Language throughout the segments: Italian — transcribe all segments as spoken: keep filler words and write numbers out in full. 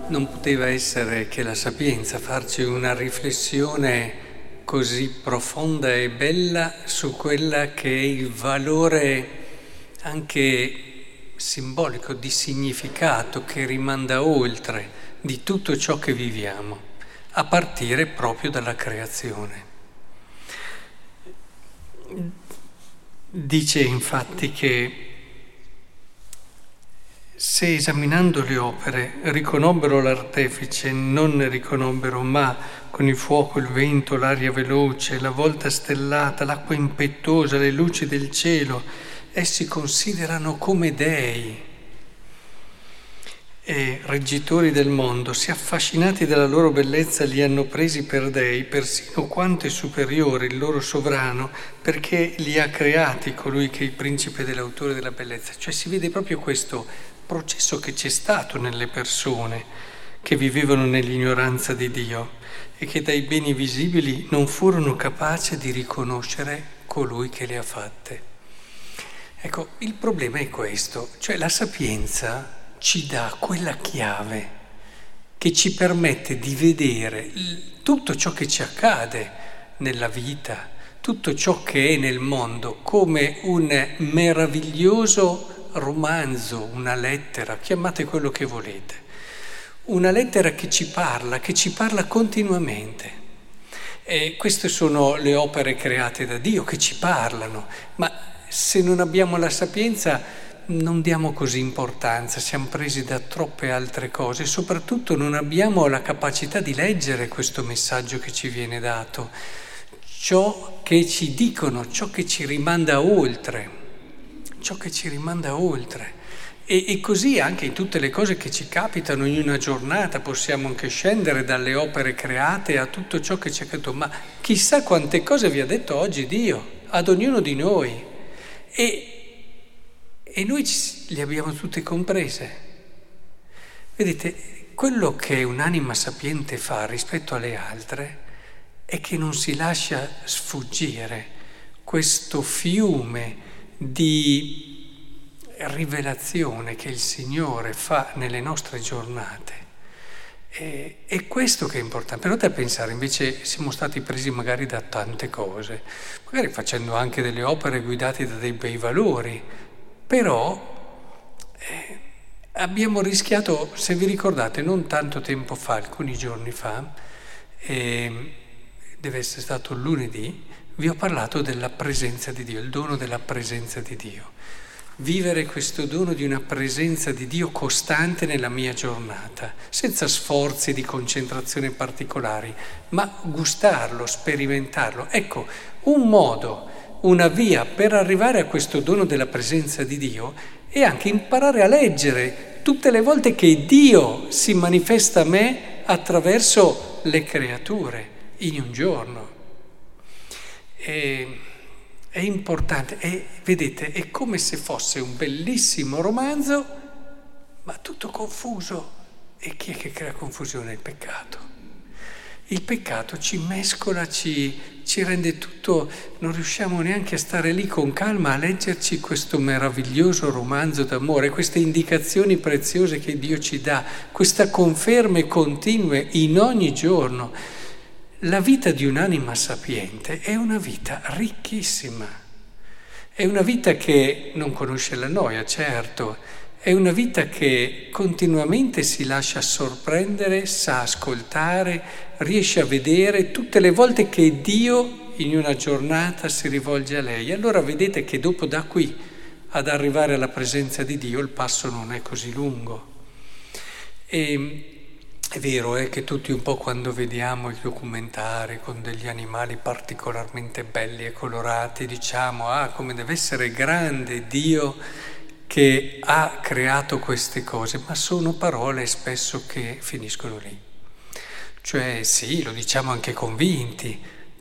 non poteva essere che la sapienza farci una riflessione così profonda e bella su quella che è il valore anche simbolico, di significato, che rimanda oltre di tutto ciò che viviamo, a partire proprio dalla creazione. Dice infatti che se esaminando le opere riconobbero l'artefice, non ne riconobbero, ma con il fuoco, il vento, l'aria veloce, la volta stellata, l'acqua impetuosa, le luci del cielo, essi considerano come dei e reggitori del mondo, si affascinati dalla loro bellezza, li hanno presi per dei, persino quanto è superiore il loro sovrano, perché li ha creati colui che è il principe dell'autore della bellezza. Cioè si vede proprio questo processo che c'è stato nelle persone che vivevano nell'ignoranza di Dio e che dai beni visibili non furono capaci di riconoscere colui che le ha fatte. Ecco, il problema è questo, cioè la sapienza ci dà quella chiave che ci permette di vedere tutto ciò che ci accade nella vita, tutto ciò che è nel mondo, come un meraviglioso romanzo, una lettera, chiamate quello che volete, una lettera che ci parla, che ci parla continuamente. E queste sono le opere create da Dio che ci parlano, ma se non abbiamo la sapienza non diamo così importanza, siamo presi da troppe altre cose e soprattutto non abbiamo la capacità di leggere questo messaggio che ci viene dato, ciò che ci dicono, ciò che ci rimanda oltre, ciò che ci rimanda oltre. E, e così anche in tutte le cose che ci capitano in una giornata possiamo anche scendere dalle opere create a tutto ciò che ci è accaduto, ma chissà quante cose vi ha detto oggi Dio ad ognuno di noi e E noi le abbiamo tutte comprese. Vedete, quello che un'anima sapiente fa rispetto alle altre è che non si lascia sfuggire questo fiume di rivelazione che il Signore fa nelle nostre giornate. E, è questo che è importante. Però da pensare, invece siamo stati presi magari da tante cose, magari facendo anche delle opere guidate da dei bei valori, però eh, abbiamo rischiato, se vi ricordate, non tanto tempo fa, alcuni giorni fa, eh, deve essere stato lunedì, vi ho parlato della presenza di Dio, il dono della presenza di Dio. Vivere questo dono di una presenza di Dio costante nella mia giornata, senza sforzi di concentrazione particolari, ma gustarlo, sperimentarlo. Ecco, un modo, una via per arrivare a questo dono della presenza di Dio è anche imparare a leggere tutte le volte che Dio si manifesta a me attraverso le creature in un giorno. E, è importante, e, vedete, è come se fosse un bellissimo romanzo, ma tutto confuso. E chi è che crea confusione? Il peccato. Il peccato ci mescola, ci, ci rende tutto, non riusciamo neanche a stare lì con calma a leggerci questo meraviglioso romanzo d'amore, queste indicazioni preziose che Dio ci dà, queste conferme continue in ogni giorno. La vita di un'anima sapiente è una vita ricchissima, è una vita che non conosce la noia, certo, è una vita che continuamente si lascia sorprendere, sa ascoltare, riesce a vedere tutte le volte che Dio in una giornata si rivolge a lei. Allora vedete che dopo da qui ad arrivare alla presenza di Dio il passo non è così lungo. E è vero è che tutti un po' quando vediamo i documentari con degli animali particolarmente belli e colorati diciamo ah come deve essere grande Dio che ha creato queste cose, ma sono parole spesso che finiscono lì. Cioè sì, lo diciamo anche convinti,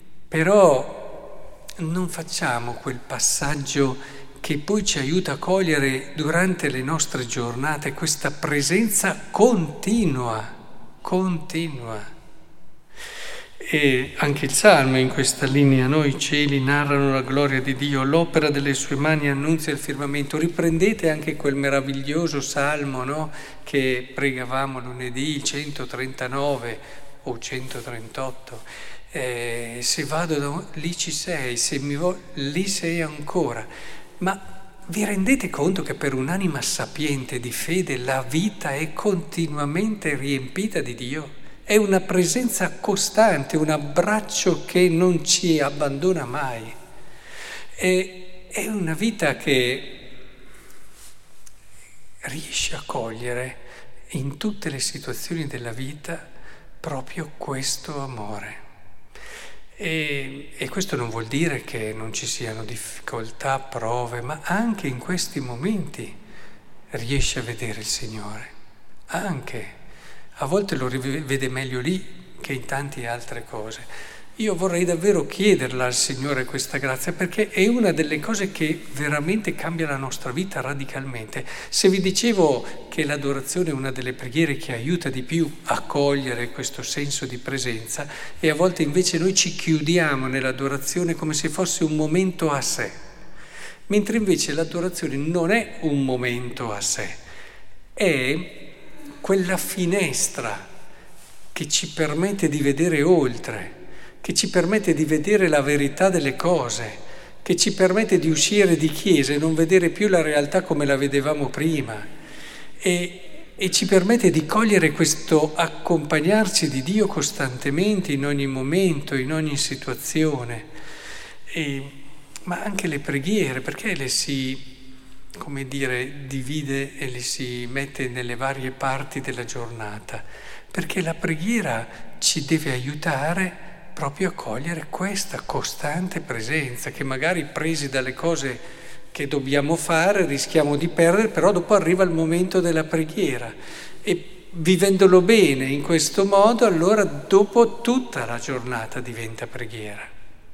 però non facciamo quel passaggio che poi ci aiuta a cogliere durante le nostre giornate questa presenza continua, continua. e anche il Salmo in questa linea, no? I cieli narrano la gloria di Dio, l'opera delle sue mani annunzia il firmamento. Riprendete anche quel meraviglioso Salmo, no? Che pregavamo lunedì, il centotrentanove o centotrentotto. Eh, se vado da lì ci sei, se mi vo- lì sei ancora. Ma vi rendete conto che per un'anima sapiente di fede la vita è continuamente riempita di Dio? È una presenza costante, un abbraccio che non ci abbandona mai. E, è una vita che riesce a cogliere in tutte le situazioni della vita proprio questo amore. E, e questo non vuol dire che non ci siano difficoltà, prove, ma anche in questi momenti riesce a vedere il Signore. Anche. A volte lo vede meglio lì che in tante altre cose. Io vorrei davvero chiederla al Signore questa grazia, perché è una delle cose che veramente cambia la nostra vita radicalmente. Se vi dicevo che l'adorazione è una delle preghiere che aiuta di più a cogliere questo senso di presenza, e a volte invece noi ci chiudiamo nell'adorazione come se fosse un momento a sé, mentre invece l'adorazione non è un momento a sé, è quella finestra che ci permette di vedere oltre, che ci permette di vedere la verità delle cose, che ci permette di uscire di chiesa e non vedere più la realtà come la vedevamo prima, e, e ci permette di cogliere questo accompagnarci di Dio costantemente in ogni momento, in ogni situazione, e, ma anche le preghiere, perché le si... come dire, divide e li si mette nelle varie parti della giornata, perché la preghiera ci deve aiutare proprio a cogliere questa costante presenza, che magari presi dalle cose che dobbiamo fare rischiamo di perdere, però dopo arriva il momento della preghiera e vivendolo bene in questo modo, allora dopo tutta la giornata diventa preghiera.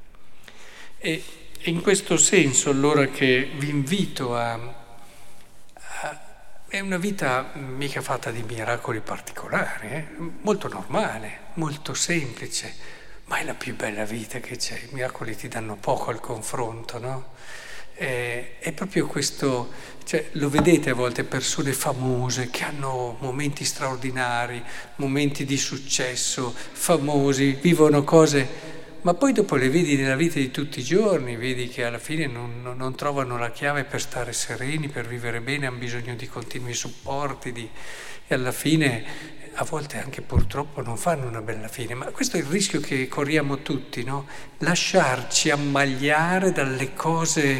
E È in questo senso allora che vi invito a, a... È una vita mica fatta di miracoli particolari, eh? Molto normale, molto semplice, ma è la più bella vita che c'è. I miracoli ti danno poco al confronto, no? È, è proprio questo, cioè, lo vedete a volte persone famose che hanno momenti straordinari, momenti di successo, famosi, vivono cose... Ma poi dopo le vedi nella vita di tutti i giorni, vedi che alla fine non, non, non trovano la chiave per stare sereni, per vivere bene, hanno bisogno di continui supporti, di, e alla fine a volte anche purtroppo non fanno una bella fine. Ma questo è il rischio che corriamo tutti, no? Lasciarci ammagliare dalle cose.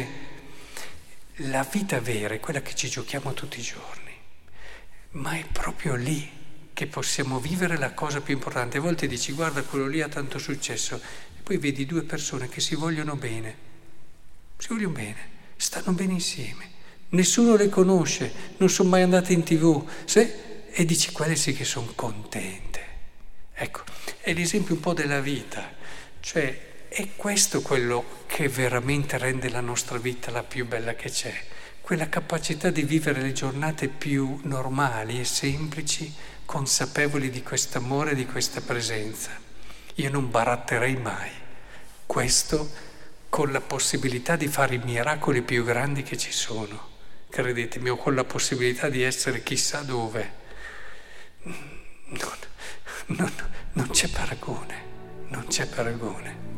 La vita vera è quella che ci giochiamo tutti i giorni, ma è proprio lì che possiamo vivere la cosa più importante. A volte dici, guarda, quello lì ha tanto successo, e poi vedi due persone che si vogliono bene, si vogliono bene, stanno bene insieme, nessuno le conosce, non sono mai andate in tv, se... e dici, quelle sì che sono contente. Ecco, è l'esempio un po' della vita, cioè è questo quello che veramente rende la nostra vita la più bella che c'è, quella capacità di vivere le giornate più normali e semplici, consapevoli di quest'amore e di questa presenza. Io non baratterei mai questo con la possibilità di fare i miracoli più grandi che ci sono, credetemi, o con la possibilità di essere chissà dove. Non, non, non c'è paragone, non c'è paragone.